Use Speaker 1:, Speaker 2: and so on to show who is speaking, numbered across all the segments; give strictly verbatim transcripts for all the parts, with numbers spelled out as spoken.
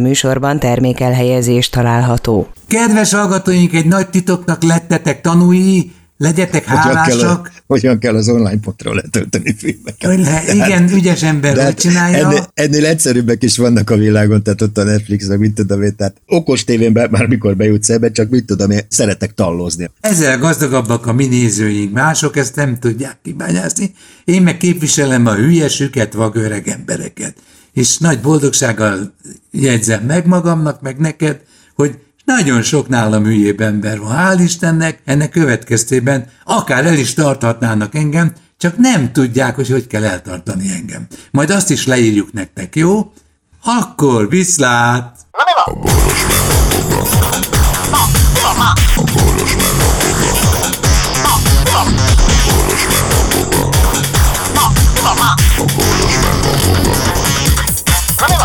Speaker 1: műsorban termékelhelyezés található.
Speaker 2: Kedves hallgatóink, egy nagy titoknak lettetek tanúi, legyetek hálásak.
Speaker 3: Hogyan kell, a, hogyan kell az online pontról letölteni filmeket.
Speaker 2: Le, igen, ügyes ember úgy csinálja.
Speaker 3: Ennél, ennél egyszerűbbek is vannak a világon, tehát ott a Netflixen, mit tudom én, tehát okos tévén be, már mikor bejutsz ebbe, csak mit tudom én, szeretek tallozni.
Speaker 2: Ezzel gazdagabbak a mi nézőink, mások ezt nem tudják kibányászni. Én meg képviselem a hülye, süket, vag öreg embereket. És nagy boldogsággal jegyzem meg magamnak, meg neked, hogy nagyon sok nálam hülyébb ember van, hál' Istennek, ennek következtében akár el is tarthatnának engem, csak nem tudják, hogy hogy kell eltartani engem. Majd azt is leírjuk nektek, jó? Akkor viszlát!
Speaker 4: Na mi van? A boros meg a boga. Na, mi van már? A boros meg a boga. Na, mi van? A boros meg a boga. Na, mi van már? A boros meg a boga. Na mi van?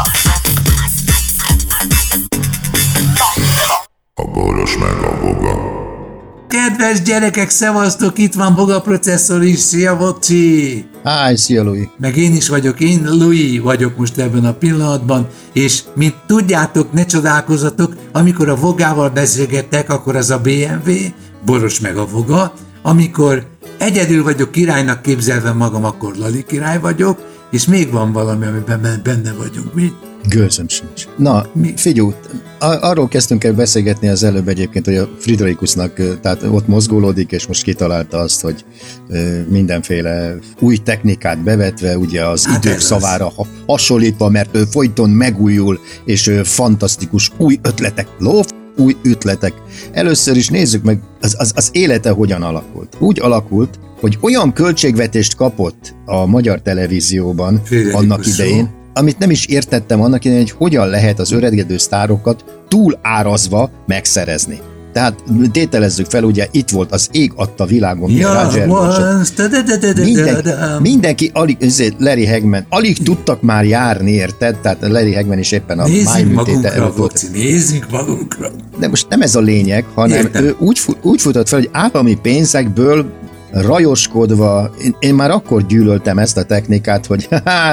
Speaker 4: A boros meg a boga.
Speaker 2: Kedves gyerekek, szevasztok, itt van Boga Processzor is, szia Bocsi!
Speaker 3: Háj, szia Louis!
Speaker 2: Meg én is vagyok, én Louis vagyok most ebben a pillanatban, és mint tudjátok, ne csodálkozzatok, amikor a Vogával beszélgettek, akkor az a bé em vé, boros meg a Voga, amikor egyedül vagyok királynak képzelve magam, akkor Lali király vagyok, és még van valami, amiben benne vagyunk, mi?
Speaker 3: Gőzöm sincs. Na, figyelj, arról kezdtünk el beszélgetni az előbb egyébként, hogy a Friderikusznak, tehát ott mozgolódik, és most kitalálta azt, hogy mindenféle új technikát bevetve, ugye az hát idők szavára hasonlítva, mert ő folyton megújul, és fantasztikus új ötletek, lóf, új ötletek. Először is nézzük meg, az, az, az élete hogyan alakult. Úgy alakult, hogy olyan költségvetést kapott a magyar televízióban annak idején, amit nem is értettem annak idején, hogy hogyan lehet az öregedő sztárokat túlárazva megszerezni. Tehát tételezzük fel, ugye itt volt az Ég adta világon, Roger mindenki, mindenki alig, Larry Hagman, alig tudtak már járni, érted? Tehát Larry Hagman is éppen a
Speaker 2: májműtéte előtt volt. Nézzük magunkra!
Speaker 3: De most nem ez a lényeg, hanem Értem. ő úgy, úgy futott fel, hogy állami pénzekből rajoskodva, én, én már akkor gyűlöltem ezt a technikát, hogy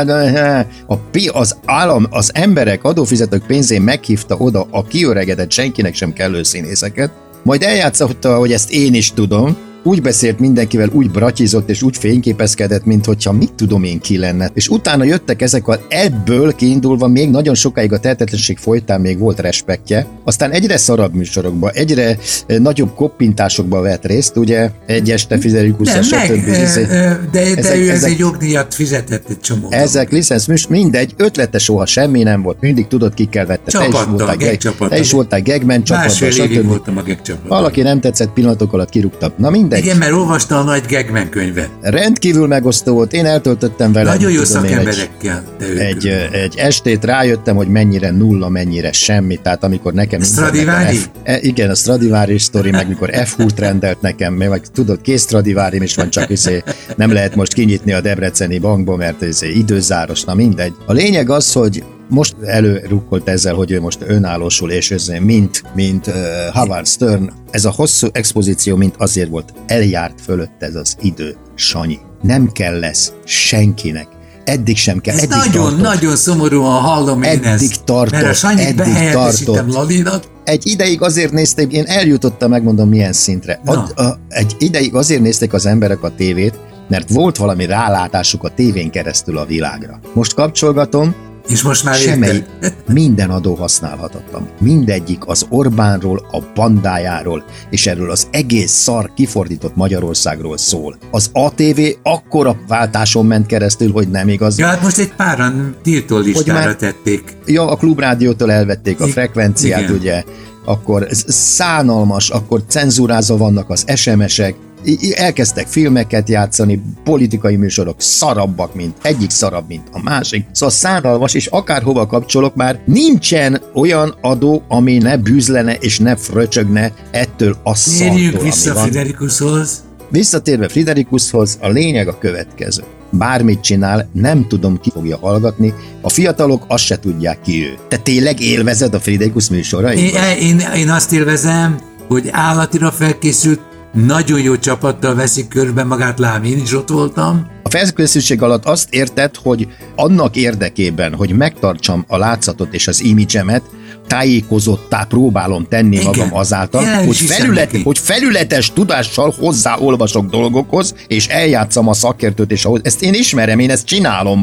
Speaker 3: a, az állam, az emberek, adófizetők pénzén meghívta oda a kiöregedett, senkinek sem kellő színészeket, majd eljátszotta, hogy ezt én is tudom, úgy beszélt mindenkivel, úgy bratyizott és úgy fényképezkedett, mint hogyha mit tudom én ki lenne. És utána jöttek ezek a, ebből kiindulva még nagyon sokáig a tehetetlenség folytán még volt respektje. Aztán egyre szarabb műsorokba, egyre nagyobb koppintásokba vett részt, ugye egy este Friderikusz, stb.
Speaker 2: De, de ezek, ő ezek, egy jogdíjat fizetett egy csomó.
Speaker 3: Ezek licensz műsor, mindegy, ötlete soha semmi nem volt, mindig tudod ki kell vette.
Speaker 2: Csapattal,
Speaker 3: te is voltál, te is voltál Gagman csapatban.
Speaker 2: Másfél évig voltam a Gag csapatban.
Speaker 3: Valaki nem tetszett, pillanatok alatt kirúgtak. Na mindegy.
Speaker 2: Igen, mert olvasta a nagy Gagman könyvet.
Speaker 3: Rendkívül megosztó volt, én eltöltöttem vele.
Speaker 2: Nagyon jó szakemberekkel.
Speaker 3: Egy, egy, egy estét rájöttem, hogy mennyire nulla, mennyire semmi, tehát amikor nekem...
Speaker 2: Stradivari?
Speaker 3: F, e, igen, a Stradivari sztori, meg mikor F-húrt rendelt nekem, meg tudod, kész Stradivari is van, csak izé, nem lehet most kinyitni a debreceni bankba, mert izé, időzáros, na mindegy. A lényeg az, hogy most előrukkolt ezzel, hogy ő most önállósul, és ez mint, mint uh, Howard Stern, ez a hosszú expozíció, mint azért volt, eljárt fölött ez az idő, Sanyi. Nem kell lesz senkinek. Eddig sem kell.
Speaker 2: Ez nagyon, nagyon szomorúan hallom én
Speaker 3: eddig
Speaker 2: ezt.
Speaker 3: Tartott,
Speaker 2: mert a Sanyit behelyettesítem Lalinak.
Speaker 3: Egy ideig azért nézték, én eljutottam, megmondom milyen szintre. A, a, egy ideig azért nézték az emberek a tévét, mert volt valami rálátásuk a tévén keresztül a világra. Most kapcsolgatom,
Speaker 2: és most már
Speaker 3: semmely, minden adó használhatatlan. Mindegyik az Orbánról, a bandájáról, és erről az egész szar kifordított Magyarországról szól. Az á té vé akkora váltáson ment keresztül, hogy nem igaz.
Speaker 2: Ja, hát most egy páran tiltó listára tették.
Speaker 3: Ja, a Klubrádiótól elvették a
Speaker 2: I-
Speaker 3: frekvenciát, igen. Ugye, akkor szánalmas, akkor cenzúrázva vannak az es em esek, elkezdtek filmeket játszani, politikai műsorok szarabbak, mint egyik szarabb, mint a másik. Szóval szánalmas, és akárhova kapcsolok, már nincsen olyan adó, ami ne bűzlene és ne fröcsögne ettől a szartól,
Speaker 2: Érjünk vissza Friderikuszhoz.
Speaker 3: Visszatérve Friderikuszhoz, a lényeg a következő. Bármit csinál, nem tudom, ki fogja hallgatni, a fiatalok azt se tudják, ki ő. Te tényleg élvezed a Friderikusz műsorait?
Speaker 2: Én, én, én azt élvezem, hogy állatira felkészült nagyon jó csapattal veszik körbe magát, lám, én is ott voltam.
Speaker 3: A felkészültség alatt azt érted, hogy annak érdekében, hogy megtartsam a látszatot és az imidzsemet, tájékozottá próbálom tenni igen, magam azáltal, hogy, felület, hogy felületes tudással hozzáolvasok dolgokhoz, és eljátszom a szakértőt, és ahhoz. Ezt én ismerem, én ezt csinálom.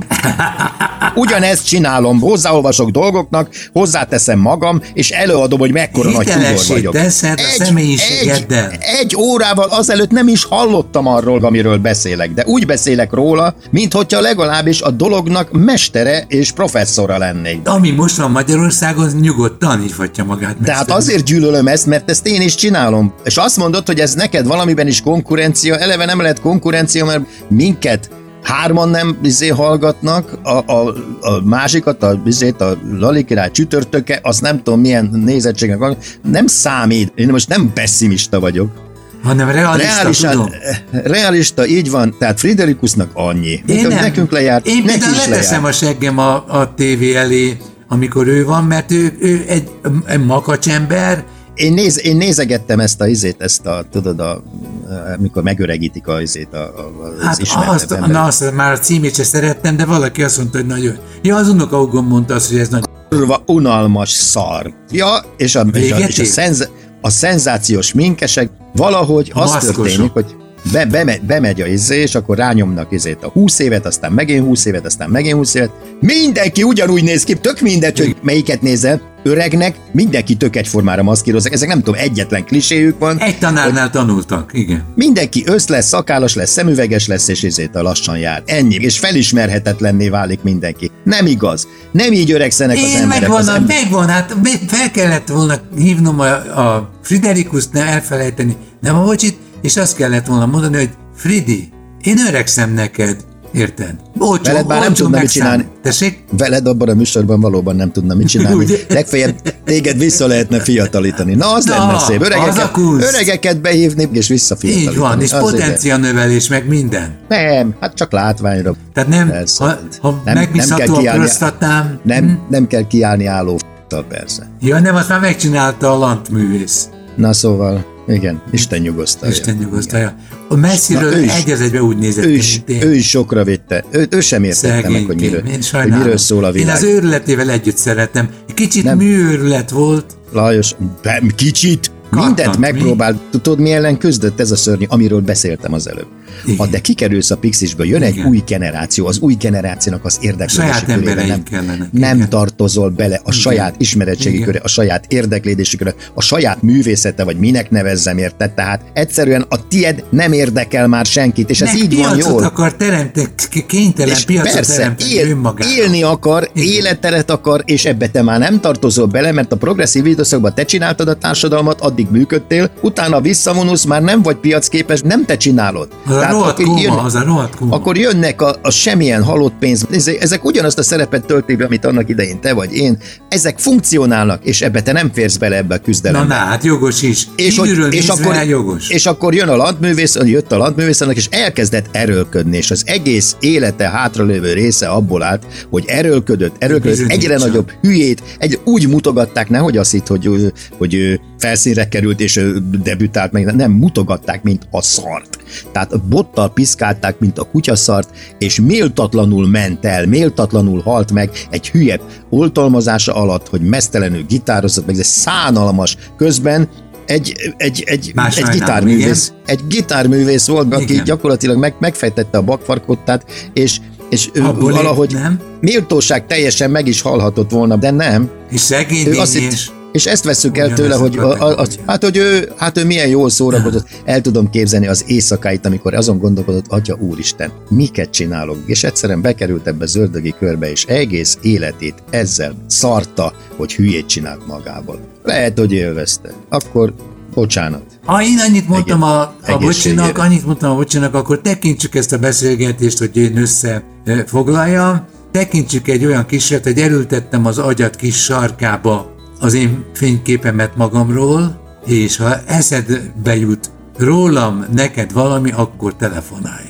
Speaker 3: Ugyanezt csinálom, hozzáolvasok dolgoknak, hozzáteszem magam, és előadom, hogy mekkora nagy tudor vagyok.
Speaker 2: Teszed a személyiségeddel.
Speaker 3: Egy, egy órával azelőtt nem is hallottam arról, amiről beszélek, de úgy beszélek róla, minthogyha legalábbis a dolognak mestere és professzora lennék.
Speaker 2: Ami most van Magyarországon, nyugodtan hívhatja magát.
Speaker 3: Tehát azért gyűlölöm ezt, mert ezt én is csinálom. És azt mondod, hogy ez neked valamiben is konkurencia, eleve nem lehet konkurencia, mert minket hárman nem izé hallgatnak, a, a, a másikat, a, izét, a Lali Király csütörtöke, azt nem tudom milyen nézettségnek van, nem számít. Én most nem pessimista vagyok.
Speaker 2: Hanem realista, realista tudom.
Speaker 3: Realista, így van, tehát Friderikusnak annyi.
Speaker 2: Én nem.
Speaker 3: Nekünk lejárt,
Speaker 2: én
Speaker 3: neki is
Speaker 2: leteszem
Speaker 3: lejárt.
Speaker 2: a seggem a, a tévé elé, amikor ő van, mert ő, ő egy, egy makacsember.
Speaker 3: Én, néz, én nézegettem ezt a izét, ezt a, tudod, a, amikor megöregítik a izét, a, a, az
Speaker 2: hát
Speaker 3: ismertebb
Speaker 2: azt,
Speaker 3: ember.
Speaker 2: na azt már a címét se szerettem, de valaki azt mondta, hogy nagyon. Ja, az unokahúgom mondta azt, hogy ez nagy.
Speaker 3: Kurva unalmas szar. Ja, és a, és a, és a, szenz, a szenzációs minkesek valahogy az történik, hogy Be, bemegy, bemegy a izé, és akkor rányomnak izét a húsz évet, aztán megint húsz évet, aztán megint húsz évet. Mindenki ugyanúgy néz ki, tök mindegy, hogy melyiket nézel. Öregnek, mindenki tök egyformára maszkírozzák. Ezek nem tudom, egyetlen kliséjük van.
Speaker 2: Egy tanárnál tanultak, igen.
Speaker 3: Mindenki össz lesz, szakállas lesz, szemüveges lesz, és izét a lassan jár. Ennyi, és felismerhetetlenné válik mindenki. Nem igaz. Nem így öregszenek
Speaker 2: Én
Speaker 3: az emberek.
Speaker 2: Megvan,
Speaker 3: az
Speaker 2: a,
Speaker 3: ember...
Speaker 2: megvan, hát fel kellett volna hívnom a, a Friderikuszt, ne elfelejteni, nem a Bocsit, és azt kellett volna mondani, hogy Fridi, én öregszem neked, érted? Olcsó,
Speaker 3: veled már nem tudna mit csinálni.
Speaker 2: Tessék?
Speaker 3: Veled abban a műsorban valóban nem tudna mit csinálni. Legfeljebb téged vissza lehetne fiatalítani. Na, az Na, lenne szép. Öregeket, öregeket behívni, és visszafiatalítani.
Speaker 2: Így van, és potencia növelés, meg minden.
Speaker 3: Nem, hát csak látványra.
Speaker 2: Tehát nem, persze, ha, ha nem, megbízható nem a prostatám.
Speaker 3: Nem, hm? nem kell kiállni álló f***tal, persze.
Speaker 2: Ja, nem, azt már megcsinálta a lantművész.
Speaker 3: Na szóval, igen, Isten nyugosztalja.
Speaker 2: Isten nyugosztalja. A messziről egy az egyben úgy nézett
Speaker 3: ő is, ki, ő is sokra vitte. Ő, ő sem értette meg, hogy miről, hogy miről szól a világ.
Speaker 2: Én az őrületével együtt szeretem. Kicsit nem. műőrület volt.
Speaker 3: Lajos, be, kicsit. Kattant, mindent megpróbált. Mi? Tudod, mi ellen küzdött ez a szörnyű, amiről beszéltem az előbb. Igen. Ha de kikerülsz a Pixisbe, jön egy Igen. új generáció, az új generációnak az érdeklődési körében nem,
Speaker 2: kellene.
Speaker 3: nem Igen. tartozol bele a Igen. saját ismeretségi Igen. köre, a saját érdeklődési köre, a saját művészete, vagy minek nevezzem, érted? Tehát egyszerűen a tied nem érdekel már senkit, és ez így van jól.
Speaker 2: akar teremteni, kénytelen és piacot persze, teremteni él, önmagára.
Speaker 3: élni akar, Igen. életteret akar, és ebbe te már nem tartozol bele, mert a progresszív időszakban te csináltad a társadalmat, addig működtél, utána visszavonulsz, már nem vagy piacképes, nem te csinálod.
Speaker 2: Akkor, kóma, jön, az a
Speaker 3: akkor jönnek a, a semmilyen halott pénz, ezek ugyanazt a szerepet töltik, amit annak idején te vagy én, ezek funkcionálnak, és ebbe te nem férsz bele ebbe a küzdelembe.
Speaker 2: Na, na hát jogos is.
Speaker 3: És, hogy, és, akkor, jogos. és akkor jön a landművész, jött a landművész annak, és elkezdett erőlködni, és az egész élete hátralévő része abból állt, hogy erőlködött, erőlködött, egyre nagyobb hülyét, egy, úgy mutogatták, nehogy azt hitt, hogy, hogy felszínre került, és debütált meg, nem, mutogatták, mint a szart. Tehát bottal piszkálták, mint a kutyaszart, és méltatlanul ment el, méltatlanul halt meg egy hülye oltalmazása alatt, hogy mesztelenül gitározott, meg ez szánalmas. Közben egy, egy, egy, egy gitárművész, egy gitárművész volt, aki igen. gyakorlatilag meg, megfejtette a bakfarkottát, és és ő valahogy nem? méltóság teljesen meg is halhatott volna, de nem.
Speaker 2: És szegény
Speaker 3: és És ezt vesszük el tőle, hogy, a, a, a, hát, hogy ő, hát ő milyen jól szórakozott. El tudom képzelni az éjszakáit, amikor azon gondolkodott, Atya Úristen, miket csinálok? És egyszerűen bekerült ebbe zöldögi körbe, és egész életét ezzel szarta, hogy hülyét csinált magából. Lehet, hogy élvezte. Akkor bocsánat.
Speaker 2: Ha én annyit mondtam a, a Bocsinak, annyit mondtam a Bocsinak, akkor tekintsük ezt a beszélgetést, hogy én összefoglaljam. Tekintsük egy olyan kisret, hogy elültettem az agyat kis sarkába az én fényképemet magamról, és ha eszedbe jut rólam neked valami, akkor telefonálj.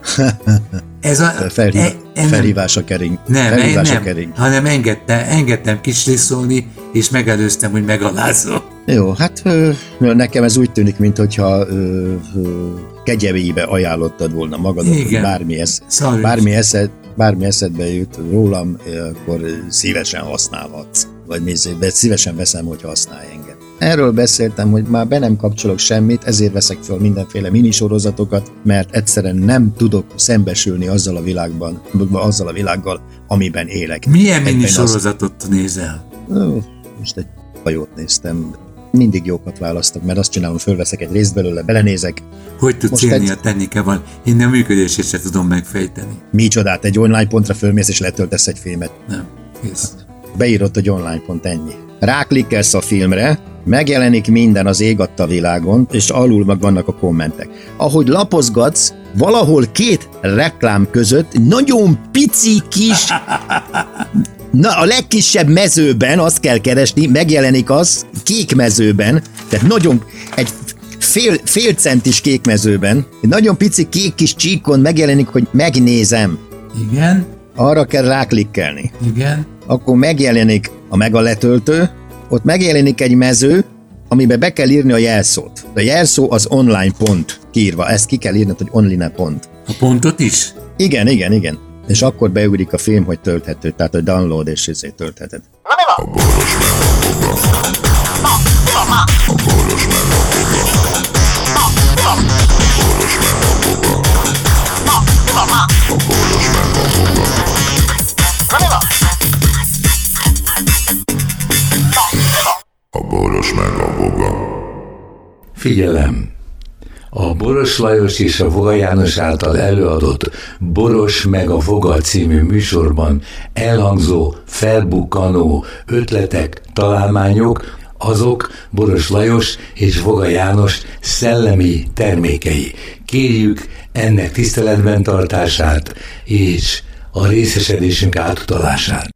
Speaker 3: Ez a Felhív, e, e, felhívás a kering.
Speaker 2: Nem,
Speaker 3: felhívás
Speaker 2: nem,
Speaker 3: a kering.
Speaker 2: hanem engedte, engedtem kisriszolni, és megelőztem, hogy megalázom.
Speaker 3: Jó, hát ö, nekem ez úgy tűnik, mintha kegyevébe ajánlottad volna magadat, hogy bármi, esz, bármi, eszed, bármi eszedbe jut rólam, akkor szívesen használhatsz. Vagy nézzék, de szívesen veszem, hogy használj engem. Erről beszéltem, hogy már be nem kapcsolok semmit, ezért veszek föl mindenféle minisorozatokat, mert egyszerűen nem tudok szembesülni azzal a világban, azzal a világgal, amiben élek.
Speaker 2: Milyen minisorozatot az... nézel?
Speaker 3: Most egy hajót néztem. Mindig jókat választok, mert azt csinálom, fölveszek egy részt belőle, belenézek.
Speaker 2: Hogy tudsz élni egy... a technikával? Én a működését sem tudom megfejteni.
Speaker 3: Micsodát, egy online pontra fölmész és letöltesz egy filmet.
Speaker 2: Nem, kész.
Speaker 3: Beírott, hogy online pont, ennyi. Ráklikkelsz a filmre, megjelenik minden az ég adta világon, és alul meg vannak a kommentek. Ahogy lapozgatsz, valahol két reklám között nagyon pici kis... Na, a legkisebb mezőben azt kell keresni, megjelenik az kék mezőben, tehát nagyon, egy fél, fél centis kék mezőben, egy nagyon pici kék kis csíkon megjelenik, hogy megnézem.
Speaker 2: Igen.
Speaker 3: Arra kell ráklikkelni.
Speaker 2: Igen.
Speaker 3: Akkor megjelenik a mega letöltő, ott megjelenik egy mező, amiben be kell írni a jelszót. A jelszó az online pont kiírva, ezt ki kell írnod, hogy online pont.
Speaker 2: A pontot is?
Speaker 3: Igen, igen, igen. És akkor beugrik a film, hogy tölthető, tehát hogy download és ezért töltheted.
Speaker 4: A boros meg a boga. A boros meg a boga. A boros meg a boga. A boros meg a boga. A boros meg a boga.
Speaker 5: Figyelem! A Boros Lajos és a Voga János által előadott Boros meg a Voga című műsorban elhangzó, felbukkanó ötletek, találmányok, azok Boros Lajos és Voga János szellemi termékei. Kérjük ennek tiszteletben tartását és a részesedésünk átutalását.